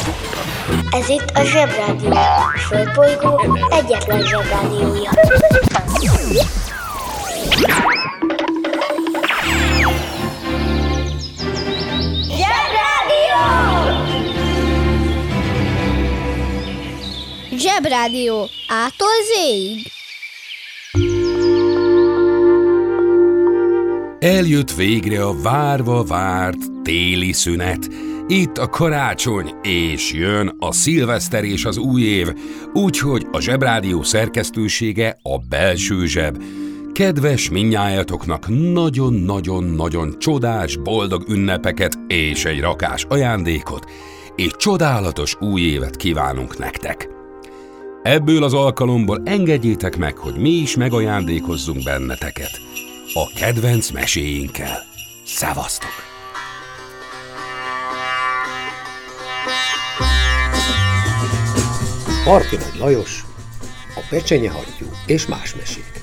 Ez itt a Zsebrádió, a Földbolygó egyetlen Zsebrádiója. Zsebrádió! Zsebrádió A-tól Z-ig. Eljött végre a várva várt téli szünet. Itt a karácsony, és jön a szilveszter és az új év, úgyhogy a Zsebrádió szerkesztősége a Belső Zseb kedves mindnyájatoknak nagyon-nagyon-nagyon csodás, boldog ünnepeket és egy rakás ajándékot, és csodálatos új évet kívánunk nektek. Ebből az alkalomból engedjétek meg, hogy mi is megajándékozzunk benneteket a kedvenc meséinkkel. Szevasztok! Parti Nagy Lajos, a Pecsenyehattyú és más mesék.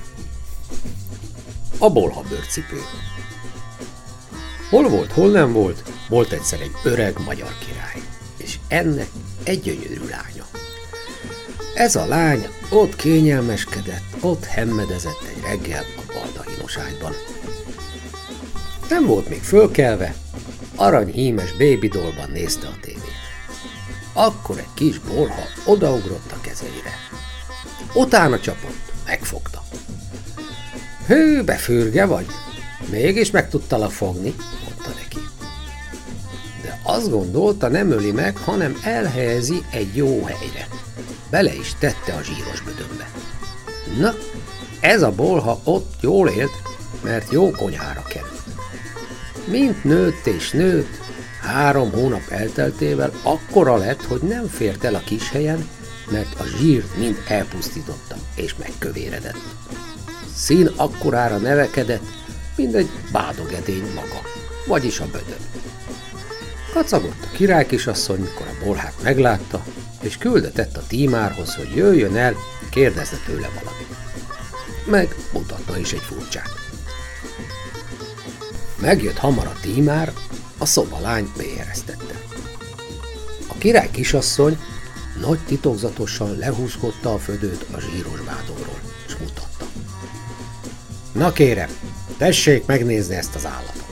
A bolha bőrcipő. Hol volt, hol nem volt, volt egyszer egy öreg magyar király, és ennek egy gyönyörű lánya. Ez a lány ott kényelmeskedett, ott hemmedezett egy reggel a baldahinos ágyban. Nem volt még fölkelve, aranyhímes babydollban nézte a tévét. Akkor egy kis bolha odaugrott a kezeire. Utána csapott, megfogta. Hű, befürge vagy? Mégis meg tudtalak fogni, mondta neki. De azt gondolta, nem öli meg, hanem elhelyezi egy jó helyre. Bele is tette a zsíros bödönbe. Na, ez a bolha ott jól élt, mert jó konyhára került. Mint nőtt és nőtt, 3 hónap elteltével akkora lett, hogy nem fért el a kis helyen, mert a zsírt mind elpusztította és megkövéredett. Szín akkorára nevekedett, mint egy bádogedény maga, vagyis a bödön. Kacagott a királykisasszony, mikor a bolhát meglátta, és küldetett a tímárhoz, hogy jöjjön el, kérdezze tőle valamit. Meg mutatna is egy furcsát. Megjött hamar a tímár, a szobalány beéreztette. A király kisasszony nagy titokzatosan lehúzkodta a födőt a zsíros bádogról, és mutatta. Na kérem, tessék megnézni ezt az állatot.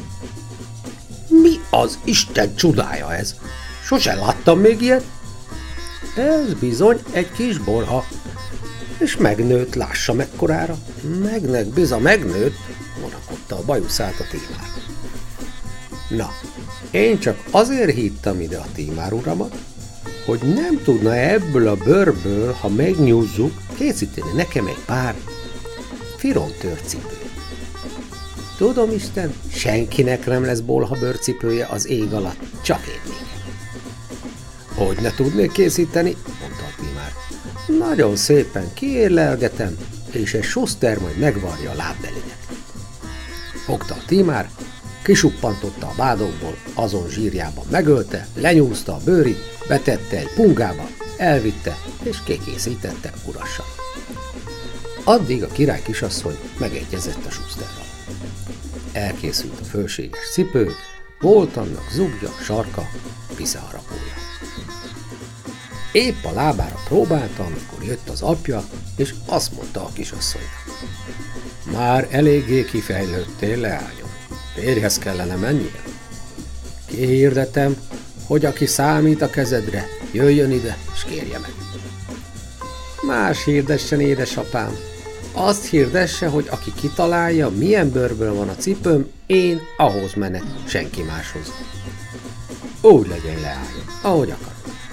Mi az Isten csodája ez? Sose láttam még ilyet. Ez bizony egy kis bolha, és megnőtt, lássa mekkorára. Megnőtt, vonakodta a bajuszát a tímár. Na, én csak azért hívtam ide a tímár uramat, hogy nem tudna ebből a bőrből, ha megnyúzzuk, készíteni nekem egy pár firom törcipőt. Tudom, Isten, senkinek nem lesz bolha bőrcipője az ég alatt, csak én még. Hogy ne tudnék készíteni, mondta a tímár. Nagyon szépen kiérlelgetem, és egy suszter majd megvarja a lábbelinek. Fogta a tímár, kisuppantotta a bádogból, azon zsírjában megölte, lenyúzta a bőrit, betette egy pungába, elvitte és kikészítette urassal. Addig a király kisasszony megegyezett a suszterral. Elkészült a fölséges cipő, volt annak zugja, sarka, piszeharapója. Épp a lábára próbálta, amikor jött az apja, és azt mondta a kisasszonynak. Már eléggé kifejlődtél, leányom. Férjhez kellene mennie. Kihirdetem, hogy aki számít a kezedre, jöjjön ide, és kérje meg. Más hirdessen, édesapám. Azt hirdesse, hogy aki kitalálja, milyen bőrből van a cipőm, én ahhoz menek, senki máshoz. Úgy legyen, leányom, ahogy akarod.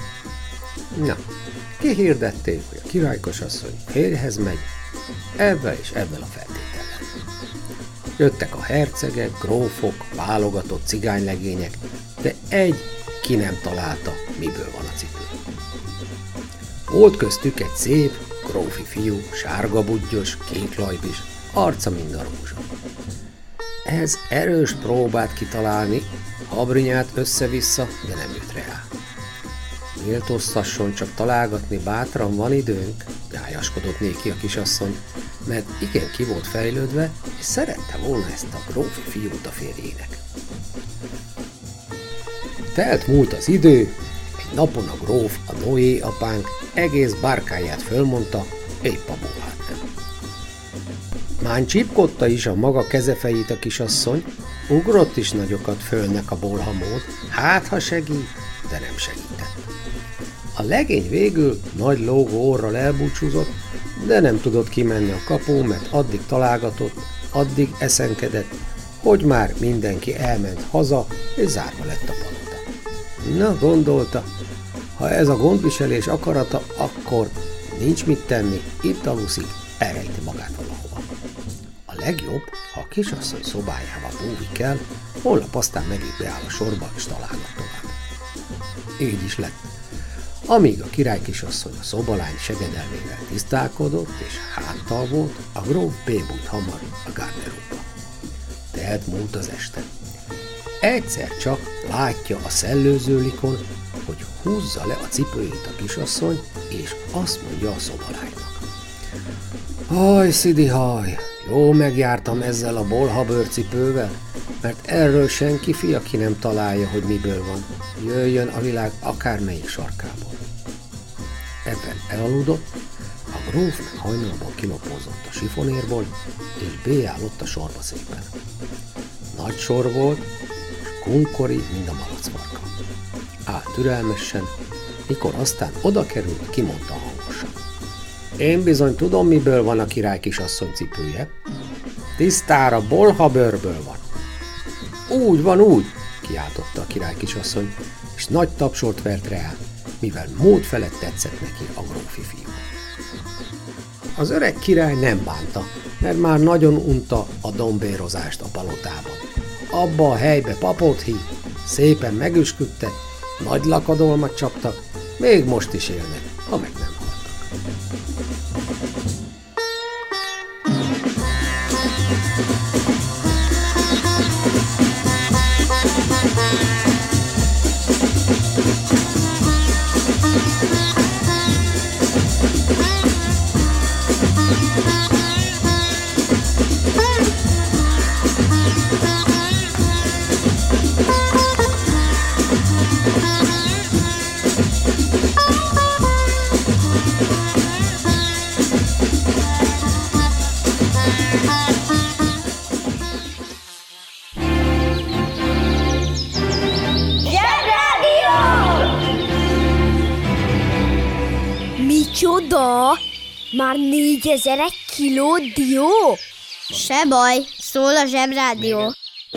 Na, kihirdették, hogy a királykosasszony férjhez megy, ebben és ebben a feltétellel. Jöttek a hercegek, grófok, válogatott cigánylegények, de egy ki nem találta, miből van a cipő. Volt köztük egy szép, grófi fiú, sárga budgyos, kék lajbis, arca mind a rózsa. Ez erős próbát kitalálni, habrinyát össze-vissza, de nem jött rá. Méltóztasson, csak találgatni bátran, van időnk, gályaskodott néki a kisasszony, mert igen ki volt fejlődve, és szerette volna ezt a grófi fiút a férjének. Telt múlt az idő, egy napon a gróf, a Noé apánk egész bárkáját fölmondta, épp a bólhát nem. Mán csípkodta is a maga kezefejét a kisasszony, ugrott is nagyokat fölnek a bolhamód, hát ha segít, de nem segített. A legény végül nagy lógó orral elbúcsúzott, de nem tudott kimenni a kapun, mert addig találgatott, addig eszenkedett, hogy már mindenki elment haza, és zárva lett a palota. Na, gondolta, ha ez a gondviselés akarata, akkor nincs mit tenni, itt aluszik, elrejti magát valahova. A legjobb, ha a kisasszony szobájába búvik el, holnap aztán megint beáll a sorba, és találgat tovább. Így is lett. Amíg a király kisasszony a szobalány segedelmével tisztálkodott és háttal volt, a gróf bébújt hamar a garderobba. Tehát múlt az este. Egyszer csak látja a szellőzőlikon, hogy húzza le a cipőjét a kisasszony, és azt mondja a szobalánynak. Haj, Szidi, haj, jó megjártam ezzel a bolhabőrcipővel, mert erről senki fia ki nem találja, hogy miből van. Jöjjön a világ akármelyik sarkából. Ebben elaludott, a gróf meg hajnalban kilopózott a sifonérból, és bélyálott a sorba szépen. Nagy sor volt, és kunkori, mind a malacfarka. Állt türelmesen, mikor aztán oda került, kimondta hangosan. Én bizony tudom, miből van a király kisasszony cipője. Tisztára bolhabőrből van. Úgy van, úgy, kiáltotta a király kisasszony, és nagy tapsort vert rá, mivel mód felett tetszett neki a grófi fiú. Az öreg király nem bánta, mert már nagyon unta a dombérozást a palotában. Abba a helybe papot hív, szépen megüsküdtek, nagy lakadolmat csaptak, még most is élnek, ha meg nem haltak. Micsoda? Már 4000 kiló dió? Se baj, szól a Zsebrádió.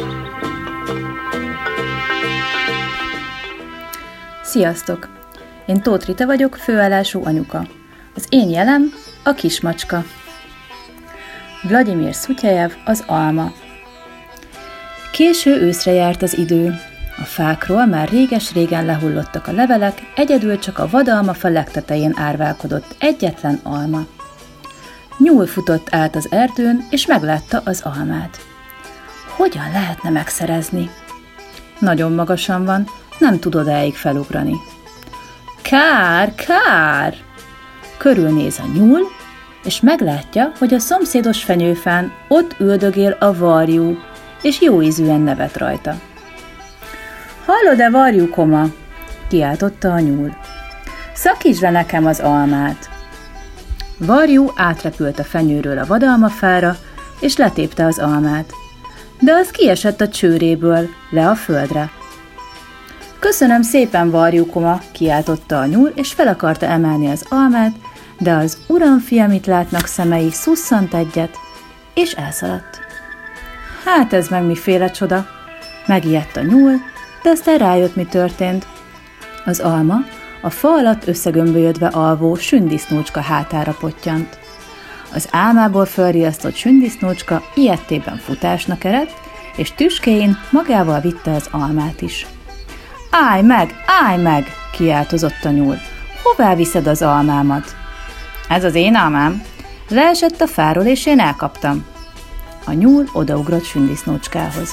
Sziasztok! Én Tóth Rita vagyok, főállású anyuka. Az én jelem a kismacska. Vladimir Szutyejev, az alma. Késő őszre járt az idő. A fákról már réges-régen lehullottak a levelek, egyedül csak a vadalmafa legtetején árválkodott egyetlen alma. Nyúl futott át az erdőn, és meglátta az almát. Hogyan lehetne megszerezni? Nagyon magasan van, nem tud odáig felugrani. Kár, kár! Körülnéz a nyúl, és meglátja, hogy a szomszédos fenyőfán ott üldögél a varjú, és jóízűen nevet rajta. Hallod-e, varjúkoma? Kiáltotta a nyúl. Szakítsd le nekem az almát! Varjú átrepült a fenyőről a vadalmafára, és letépte az almát. De az kiesett a csőréből, le a földre. Köszönöm szépen, varjúkoma! Kiáltotta a nyúl, és fel akarta emelni az almát, de az uramfiamit látnak szemei szusszant egyet, és elszaladt. Hát ez meg miféle csoda? Megijedt a nyúl, de aztán rájött, mi történt. Az alma a fa alatt összegömbölyödve alvó sündisznócska hátára pottyant. Az álmából fölriasztott sündisznócska ijedtében futásnak eredt, és tüskéjén magával vitte az almát is. Állj meg! Kiáltozott a nyúl. Hová viszed az almámat? Ez az én almám. Leesett a fáról, és én elkaptam. A nyúl odaugrott sündisznócskához.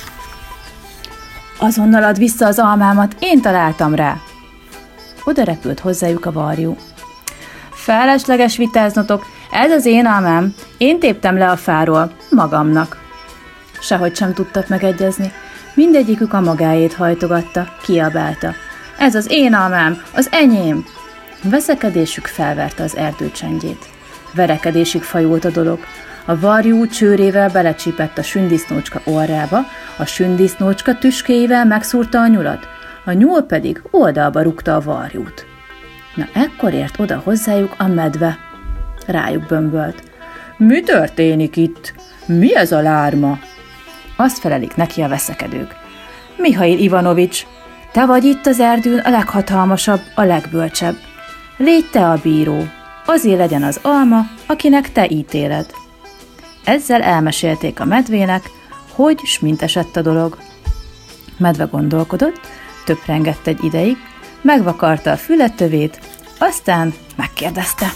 Azonnal add vissza az almámat, én találtam rá. Oda repült hozzájuk a varjú. Felesleges vitáznotok, ez az én almám, én téptem le a fáról, magamnak. Sehogy sem tudtak megegyezni, mindegyikük a magáét hajtogatta, kiabálta. Ez az én almám, az enyém! Veszekedésük felverte az erdő csendjét. Verekedésig fajult a dolog. A varjú csőrével belecsípett a sündisznócska orrába, a sündisznócska tüskéivel megszúrta a nyulat, a nyúl pedig oldalba rúgta a varjút. Na ekkor ért oda hozzájuk a medve. Rájuk bömbölt. Mi történik itt? Mi ez a lárma? Azt felelik neki a veszekedők. Mihail Ivanovics, te vagy itt az erdőn a leghatalmasabb, a legbölcsebb. Légy te a bíró, azért legyen az alma, akinek te ítéled. Ezzel elmesélték a medvének, hogy s mint esett a dolog. Medve gondolkodott, töprengett egy ideig, megvakarta a fületövét, aztán megkérdezte.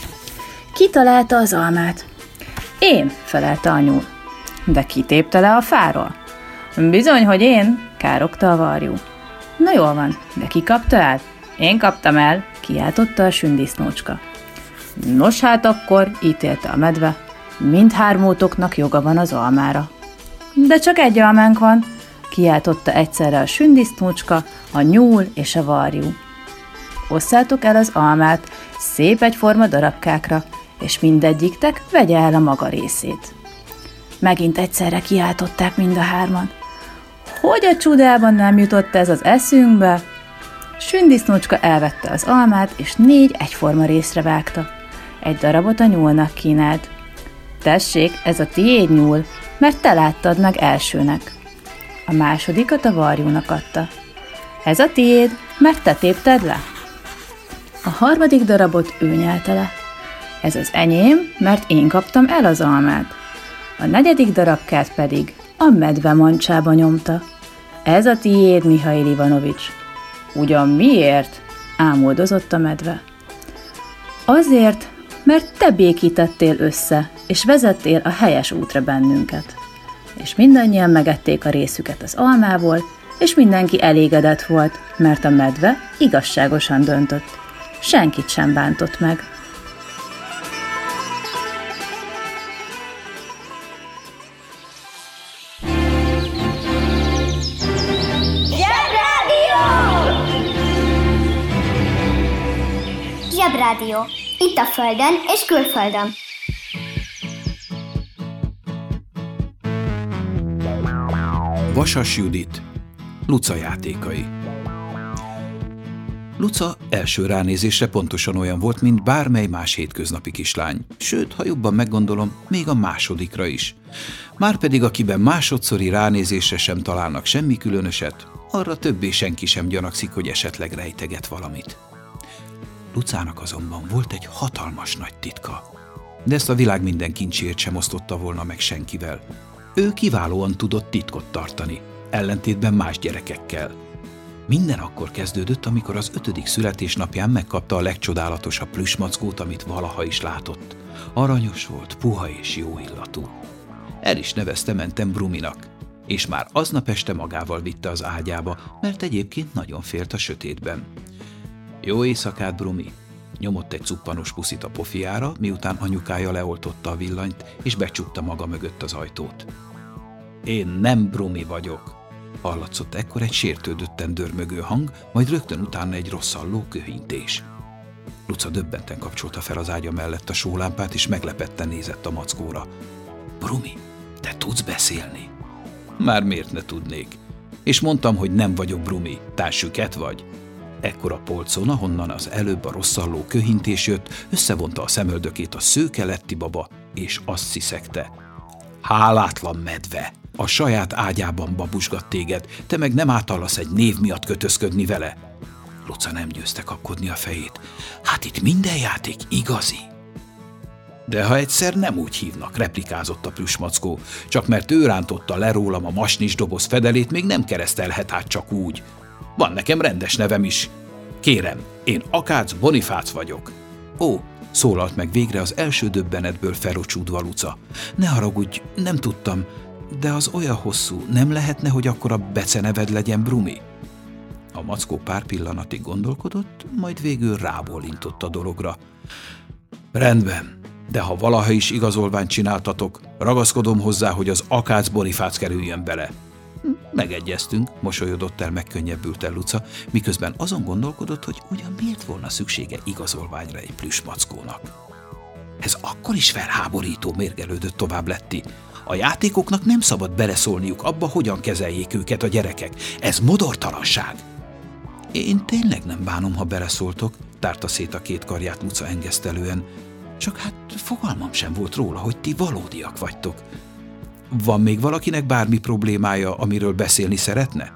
Ki találta az almát? Én, felelte a nyúl. De ki tépte le a fáról? Bizony, hogy én, károgta a varjú. Na jól van, de ki kapta el? Én kaptam el, kiáltotta a sündisznócska. Nos hát akkor, ítélte a medve, mindhármótoknak joga van az almára. De csak egy almánk van, kiáltotta egyszerre a sündisznócska, a nyúl és a varjú. Osszátok el az almát szép egyforma darabkákra, és mindegyiktek vegye el a maga részét. Megint egyszerre kiáltották mind a hárman. Hogy a csodában nem jutott ez az eszünkbe? Sündisznócska elvette az almát, és 4 egyforma részre vágta. Egy darabot a nyúlnak kínált. Tessék, ez a tiéd, nyúl, mert te láttad meg elsőnek. A másodikat a varjúnak adta. Ez a tiéd, mert te tépted le. A harmadik darabot ő nyelte le. Ez az enyém, mert én kaptam el az almát. A negyedik darabkát pedig a medve mancsába nyomta. Ez a tiéd, Mihail Ivanovics. Ugyan miért? Ámoldozott a medve. Azért, mert te békítettél össze, és vezettél a helyes útra bennünket. És mindannyian megették a részüket az almából, és mindenki elégedett volt, mert a medve igazságosan döntött. Senkit sem bántott meg. Zsebrádió. Itt a földön és külföldön. Vasas Judit, Luca játékai. Luca első ránézésre pontosan olyan volt, mint bármely más hétköznapi kislány. Sőt, ha jobban meggondolom, még a másodikra is. Márpedig akiben másodszori ránézésre sem találnak semmi különöset, arra többé senki sem gyanakszik, hogy esetleg rejteget valamit. Lucának azonban volt egy hatalmas nagy titka. De ezt a világ minden kincsért sem osztotta volna meg senkivel. Ő kiválóan tudott titkot tartani, ellentétben más gyerekekkel. Minden akkor kezdődött, amikor az 5. születésnapján megkapta a legcsodálatosabb plüssmackót, amit valaha is látott. Aranyos volt, puha és jó illatú. El is nevezte Mentem Bruminak, és már aznap este magával vitte az ágyába, mert egyébként nagyon félt a sötétben. Jó éjszakát, Brumi! Nyomott egy cuppanos puszit a pofiára, miután anyukája leoltotta a villanyt, és becsukta maga mögött az ajtót. Én nem Brumi vagyok! Hallatszott ekkor egy sértődötten dörmögő hang, majd rögtön utána egy rosszalló köhintés. Luca döbbenten kapcsolta fel az ágya mellett a sólámpát, és meglepetten nézett a mackóra. Brumi, te tudsz beszélni? Már miért ne tudnék? És mondtam, hogy nem vagyok Brumi, társüket vagy? Ekkor a polcon, ahonnan az előbb a rosszalló köhintés jött, összevonta a szemöldökét a szőke letti baba, és azt sziszegte. Hálátlan medve! A saját ágyában babusgat téged, te meg nem átallasz egy név miatt kötözködni vele. Luca nem győzte kapkodni a fejét. Hát itt minden játék igazi. De ha egyszer nem úgy hívnak, replikázott a plüssmackó, csak mert ő rántotta le rólam a masnis doboz fedelét, még nem keresztelhet át csak úgy. Van nekem rendes nevem is. Kérem, én Akác Bonifác vagyok. Ó, szólalt meg végre az első döbbenetből felocsúdva Luca. Ne haragudj, nem tudtam, de az olyan hosszú, nem lehetne, hogy akkor a beceneved legyen Brumi? A mackó pár pillanatig gondolkodott, majd végül rábólintott a dologra. Rendben, de ha valaha is igazolványt csináltatok, ragaszkodom hozzá, hogy az Akác Bonifác kerüljön bele. Megegyeztünk, mosolyodott el megkönnyebbülten Luca, miközben azon gondolkodott, hogy ugyan miért volna szüksége igazolványra egy plüssmackónak. Ez akkor is felháborító, mérgelődött tovább Letti. A játékoknak nem szabad beleszólniuk abba, hogyan kezeljék őket a gyerekek. Ez modortalanság. Én tényleg nem bánom, ha beleszóltok, tárta szét a két karját Luca engesztelően. Csak hát fogalmam sem volt róla, hogy ti valódiak vagytok. Van még valakinek bármi problémája, amiről beszélni szeretne?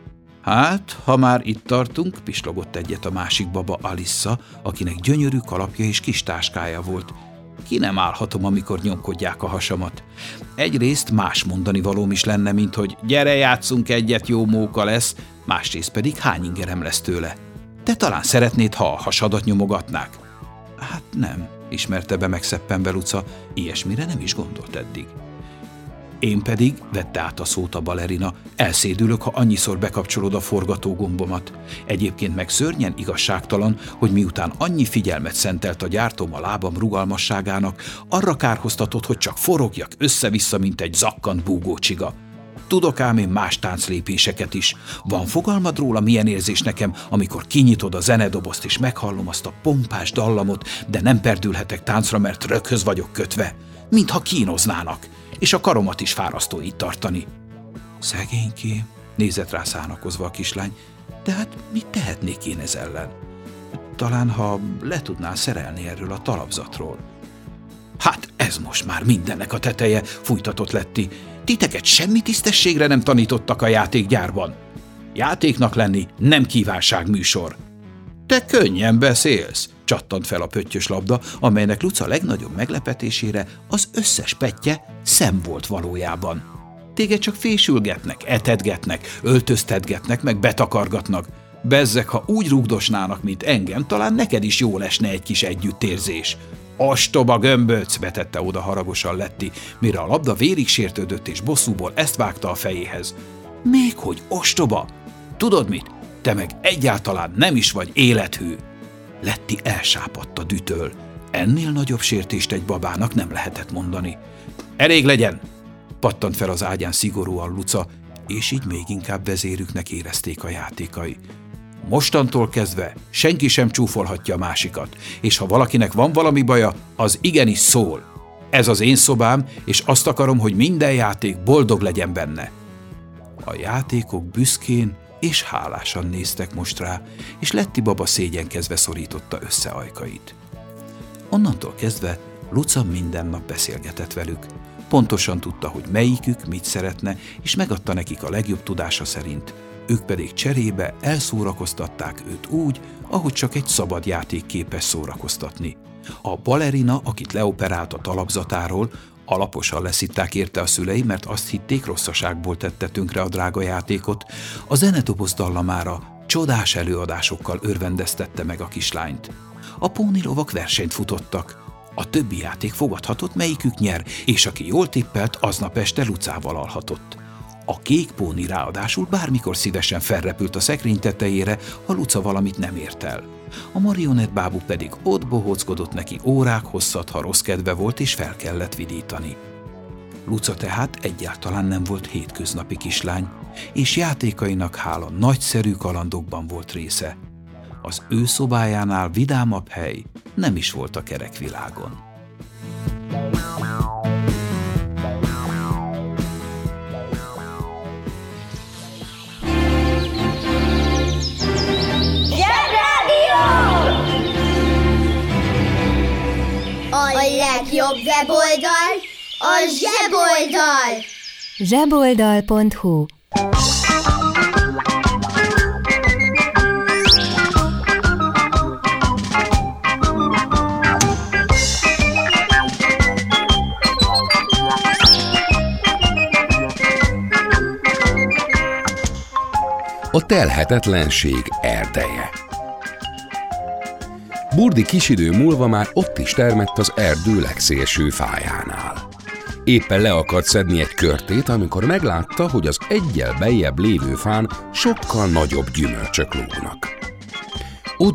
Hát, ha már itt tartunk, pislogott egyet a másik baba, Alissa, akinek gyönyörű kalapja és kis táskája volt. Ki nem állhatom, amikor nyomkodják a hasamat. Egyrészt más mondani valóm is lenne, mint hogy gyere, játszunk egyet, jó móka lesz, másrészt pedig hány ingerem lesz tőle. Te talán szeretnéd, ha a hasadat nyomogatnák? Hát nem, ismerte be megszeppenve Luca, ilyesmire nem is gondolt eddig. Én pedig, vette át a szót a balerina, elszédülök, ha annyiszor bekapcsolod a forgatógombomat. Egyébként meg szörnyen igazságtalan, hogy miután annyi figyelmet szentelt a gyártóm a lábam rugalmasságának, arra kárhoztatod, hogy csak forogjak össze-vissza, mint egy zakkant búgócsiga. Tudok ám én más tánclépéseket is. Van fogalmad róla, milyen érzés nekem, amikor kinyitod a zenedobozt és meghallom azt a pompás dallamot, de nem perdülhetek táncra, mert röghöz vagyok kötve. Mintha kínoznának. És a karomat is fárasztó így tartani. Szegénykém, nézett rá szánakozva a kislány, de hát mit tehetnék én ez ellen? Talán, ha le tudnál szerelni erről a talapzatról. Hát ez most már mindennek a teteje, fújtatott Letti. Titeket semmi tisztességre nem tanítottak a játékgyárban. Játéknak lenni nem kívánságműsor. Te könnyen beszélsz, csattant fel a pöttyös labda, amelynek Luca legnagyobb meglepetésére az összes pettye szem volt valójában. Téged csak fésülgetnek, etedgetnek, öltöztetgetnek, meg betakargatnak. Bezzeg, ha úgy rugdosnának, mint engem, talán neked is jól esne egy kis együttérzés. Ostoba gömböc, vetette oda haragosan Letti, mire a labda vérig sértődött és bosszúból ezt vágta a fejéhez. Még hogy ostoba? Tudod mit? Te meg egyáltalán nem is vagy élethű. Letti elsápadt a dühtől. Ennél nagyobb sértést egy babának nem lehetett mondani. Elég legyen! Pattant fel az ágyán szigorúan Luca, és így még inkább vezérüknek érezték a játékai. Mostantól kezdve senki sem csúfolhatja a másikat, és ha valakinek van valami baja, az igenis szól. Ez az én szobám, és azt akarom, hogy minden játék boldog legyen benne. A játékok büszkén és hálásan néztek most rá, és Letti baba szégyenkezve szorította össze ajkait. Onnantól kezdve Luca minden nap beszélgetett velük. Pontosan tudta, hogy melyikük mit szeretne, és megadta nekik a legjobb tudása szerint. Ők pedig cserébe elszórakoztatták őt úgy, ahogy csak egy szabad játék képes szórakoztatni. A balerina, akit leoperált a talapzatáról, alaposan leszitták érte a szülei, mert azt hitték, rosszaságból tette tönkre a drága játékot, a zenedoboz dallamára csodás előadásokkal örvendeztette meg a kislányt. A pónilovak versenyt futottak. A többi játék fogadhatott, melyikük nyer, és aki jól tippelt, aznap este Lucával alhatott. A kék póni ráadásul bármikor szívesen felrepült a szekrény tetejére, ha Luca valamit nem ért el. A marionettbábú pedig ott bohóckodott neki órák hosszat, ha rossz kedve volt és fel kellett vidítani. Luca tehát egyáltalán nem volt hétköznapi kislány, és játékainak hála nagyszerű kalandokban volt része. Az ő szobájánál vidámabb hely nem is volt a kerek világon. A legjobb weboldal a Zseboldal! Zseboldal.hu. A telhetetlenség erdeje. Burdi kis idő múlva már ott is termett az erdő legszélső fájánál. Éppen le akart szedni egy körtét, amikor meglátta, hogy az eggyel beljebb lévő fán sokkal nagyobb gyümölcsök lógnak.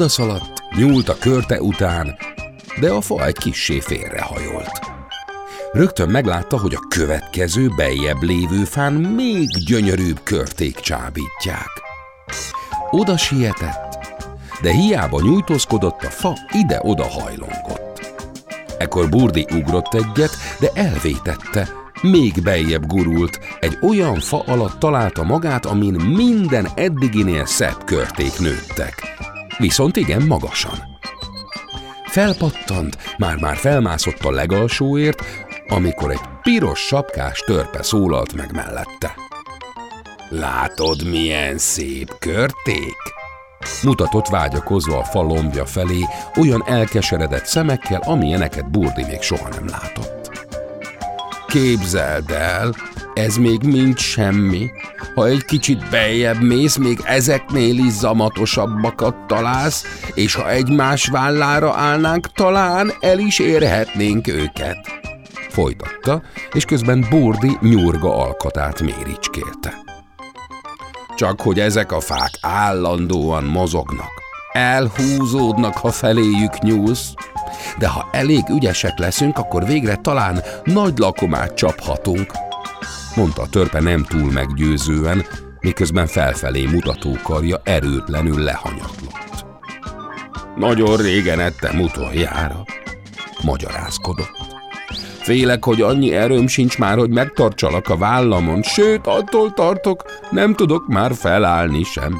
Odaszaladt, nyúlt a körte után, de a fa egy kissé félrehajolt. Rögtön meglátta, hogy a következő beljebb lévő fán még gyönyörűbb körték csábítják. Oda sietett, de hiába nyújtózkodott, a fa ide-oda hajlongott. Ekkor Burdi ugrott egyet, de elvétette, még beljebb gurult, egy olyan fa alatt találta magát, amin minden eddiginél szebb körték nőttek, viszont igen magasan. Felpattant, már felmászott a legalsóért, amikor egy piros sapkás törpe szólalt meg mellette. Látod, milyen szép körték? Mutatott vágyakozva a fa lombja felé, olyan elkeseredett szemekkel, amilyeneket Burdi még soha nem látott. Képzeld el, ez még mind semmi. Ha egy kicsit beljebb mész, még ezeknél is zamatosabbakat találsz, és ha egymás vállára állnánk, talán el is érhetnénk őket. Folytatta, és közben Burdi nyurga alkatát méricskélte. Csak hogy ezek a fák állandóan mozognak, elhúzódnak, ha feléjük nyúlsz, de ha elég ügyesek leszünk, akkor végre talán nagy lakomát csaphatunk, mondta a törpe nem túl meggyőzően, miközben felfelé mutató karja erőtlenül lehanyatlott. Nagyon régen ettem utoljára, magyarázkodott. Félek, hogy annyi erőm sincs már, hogy megtartsalak a vállamon, sőt, attól tartok, nem tudok már felállni sem.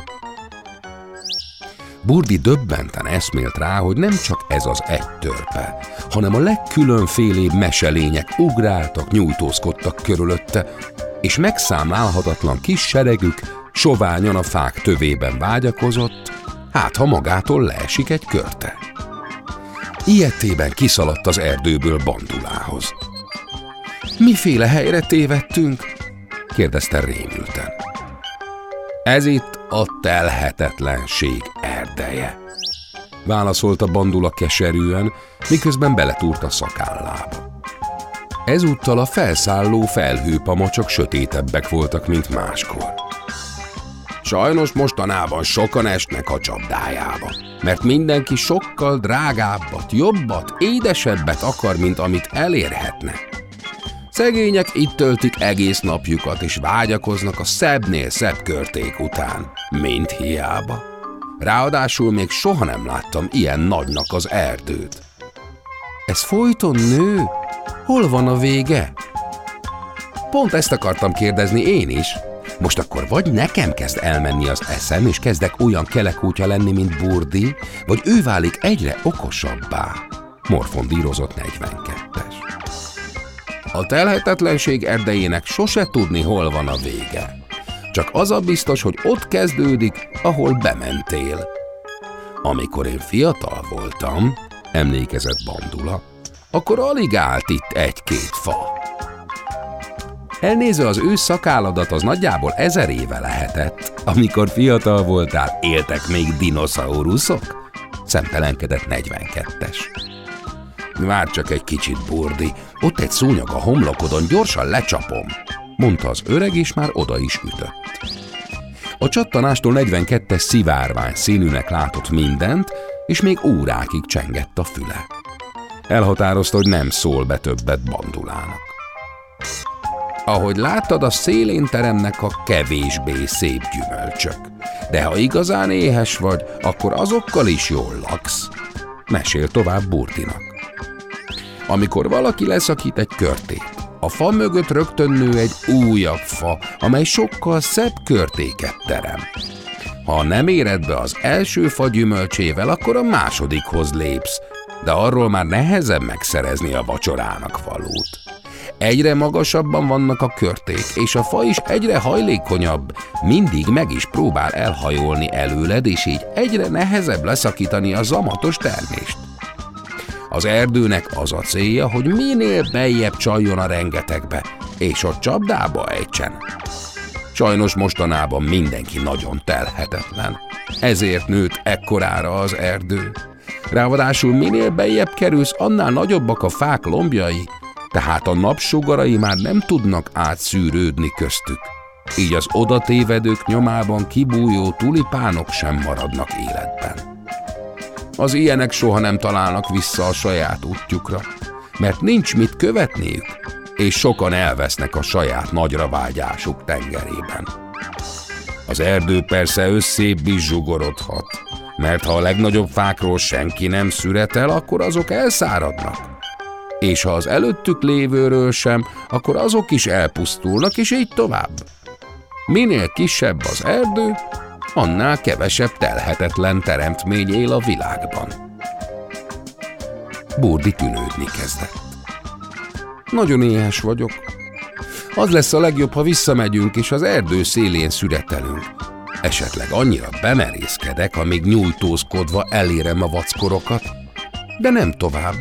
Burdi döbbenten eszmélt rá, hogy nem csak ez az egy törpe, hanem a legkülönfélébb meselények ugráltak, nyújtózkodtak körülötte, és megszámlálhatatlan kis seregük soványan a fák tövében vágyakozott, hát ha magától leesik egy körte. Ilyettében kiszaladt az erdőből Bandulához. Miféle helyre tévedtünk? Kérdezte rémülten. Ez itt a telhetetlenség erdeje, válaszolta Bandula keserűen, miközben beletúrt a szakállába. Ezúttal a felszálló felhőpamacsok sötétebbek voltak, mint máskor. Sajnos mostanában sokan esnek a csapdájába, mert mindenki sokkal drágábbat, jobbat, édesebbet akar, mint amit elérhetne. Szegények itt töltik egész napjukat, és vágyakoznak a szebbnél szebb körték után, mint hiába. Ráadásul még soha nem láttam ilyen nagynak az erdőt. Ez folyton nő? Hol van a vége? Pont ezt akartam kérdezni én is. Most akkor vagy nekem kezd elmenni az eszem, és kezdek olyan kelekútja lenni, mint Burdi, vagy ő válik egyre okosabbá, morfondírozott 42-es. A telhetetlenség erdejének sose tudni, hol van a vége. Csak az a biztos, hogy ott kezdődik, ahol bementél. Amikor én fiatal voltam, emlékezett Bandula, akkor alig állt itt egy-két fa. Elnézve az ő szakálladat, az nagyjából 1000 éve lehetett. Amikor fiatal voltál, éltek még dinoszauruszok? Szemtelenkedett 42-es. Várj csak egy kicsit, Burdi, ott egy szúnyog a homlokodon, gyorsan lecsapom, mondta az öreg, és már oda is ütött. A csattanástól 42-es szivárvány színűnek látott mindent, és még órákig csengett a füle. Elhatározta, hogy nem szól be többet Bandulának. Ahogy láttad, a szélén teremnek a kevésbé szép gyümölcsök, de ha igazán éhes vagy, akkor azokkal is jól laksz, mesél tovább Burdinak. Amikor valaki leszakít egy körtét, a fa mögött rögtön nő egy újabb fa, amely sokkal szebb körtéket terem. Ha nem éred be az első fa gyümölcsével, akkor a másodikhoz lépsz, de arról már nehezebb megszerezni a vacsorának valót. Egyre magasabban vannak a körték, és a fa is egyre hajlékonyabb, mindig meg is próbál elhajolni előled, és így egyre nehezebb leszakítani a zamatos termést. Az erdőnek az a célja, hogy minél beljebb csaljon a rengetegbe, és a csapdába ejtsen. Sajnos mostanában mindenki nagyon telhetetlen, ezért nőtt ekkorára az erdő. Ráadásul minél beljebb kerülsz, annál nagyobbak a fák lombjai, tehát a napsugarai már nem tudnak átszűrődni köztük. Így az oda tévedők nyomában kibújó tulipánok sem maradnak életben. Az ilyenek soha nem találnak vissza a saját útjukra, mert nincs mit követniük, és sokan elvesznek a saját nagyra vágyásuk tengerében. Az erdő persze összébb is zsugorodhat, mert ha a legnagyobb fákról senki nem szüretel, akkor azok elszáradnak. És ha az előttük lévőről sem, akkor azok is elpusztulnak, és így tovább. Minél kisebb az erdő, annál kevesebb telhetetlen teremtmény él a világban. Burdi tűnődni kezdett. Nagyon éhes vagyok. Az lesz a legjobb, ha visszamegyünk, és az erdő szélén szüretelünk. Esetleg annyira bemerészkedek, amíg nyújtózkodva elérem a vackorokat, de nem tovább.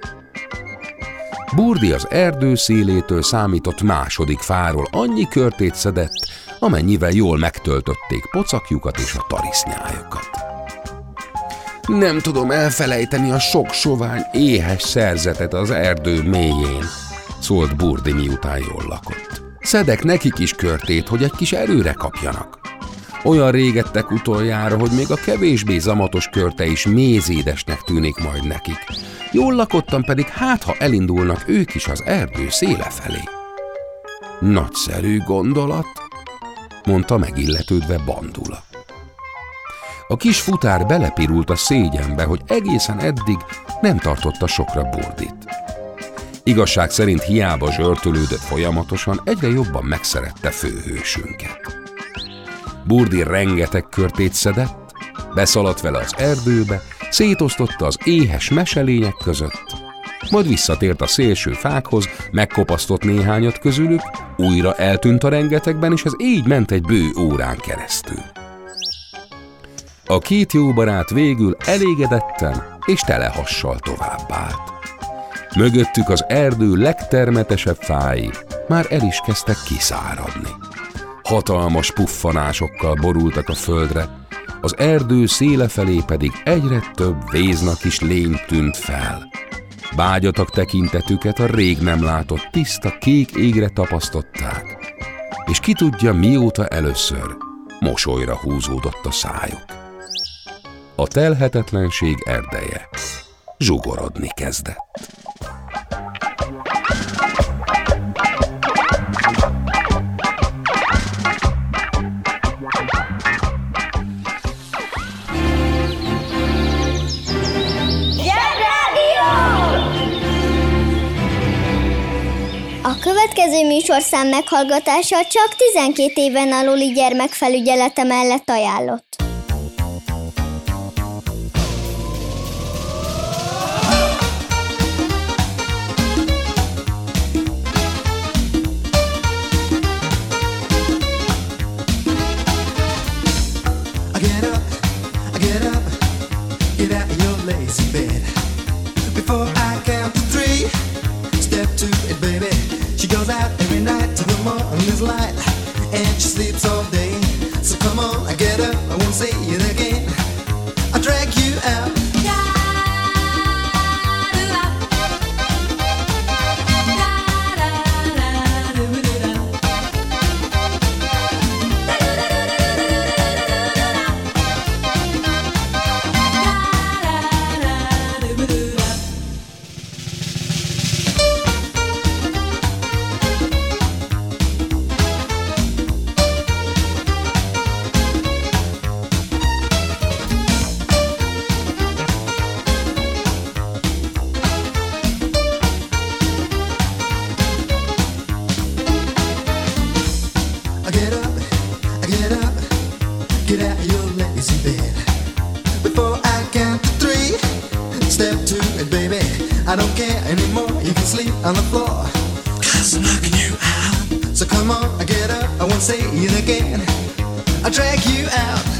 Burdi az erdő szélétől számított második fáról annyi körtét szedett, amennyivel jól megtöltötték pocakjukat és a tarisznyájukat. Nem tudom elfelejteni a sok sovány, éhes szerzetet az erdő mélyén, szólt Burdi, miután jól lakott. Szedek nekik is körtét, hogy egy kis erőre kapjanak. Olyan régettek utoljára, hogy még a kevésbé zamatos körte is mézédesnek tűnik majd nekik. Jól lakottan pedig ha elindulnak ők is az erdő széle felé. Nagyszerű gondolat, mondta megilletődve Bandula. A kis futár belepirult a szégyenbe, hogy egészen eddig nem tartotta sokra Burdit. Igazság szerint hiába zsörtölődött folyamatosan, egyre jobban megszerette főhősünket. Burdi rengeteg körtét szedett, beszaladt vele az erdőbe, szétosztotta az éhes meselények között, majd visszatért a szélső fákhoz, megkopasztott néhányat közülük, újra eltűnt a rengetegben, és ez így ment egy bő órán keresztül. A két jó barát végül elégedetten és tele hassal továbbállt. Mögöttük az erdő legtermetesebb fái már el is kezdtek kiszáradni. Hatalmas puffanásokkal borultak a földre, az erdő széle felé pedig egyre több véznak is lény tűnt fel. Bágyatak tekintetüket a rég nem látott tiszta kék égre tapasztották, és ki tudja, mióta először mosolyra húzódott a szájuk. A telhetetlenség erdeje zsugorodni kezdett. A következő műsorszám meghallgatása csak 12 éven aluli gyermekfelügyelete mellett ajánlott. I don't care anymore, you can sleep on the floor, 'cause I'm knocking you out. So come on, I get up, I won't say it again, I'll drag you out.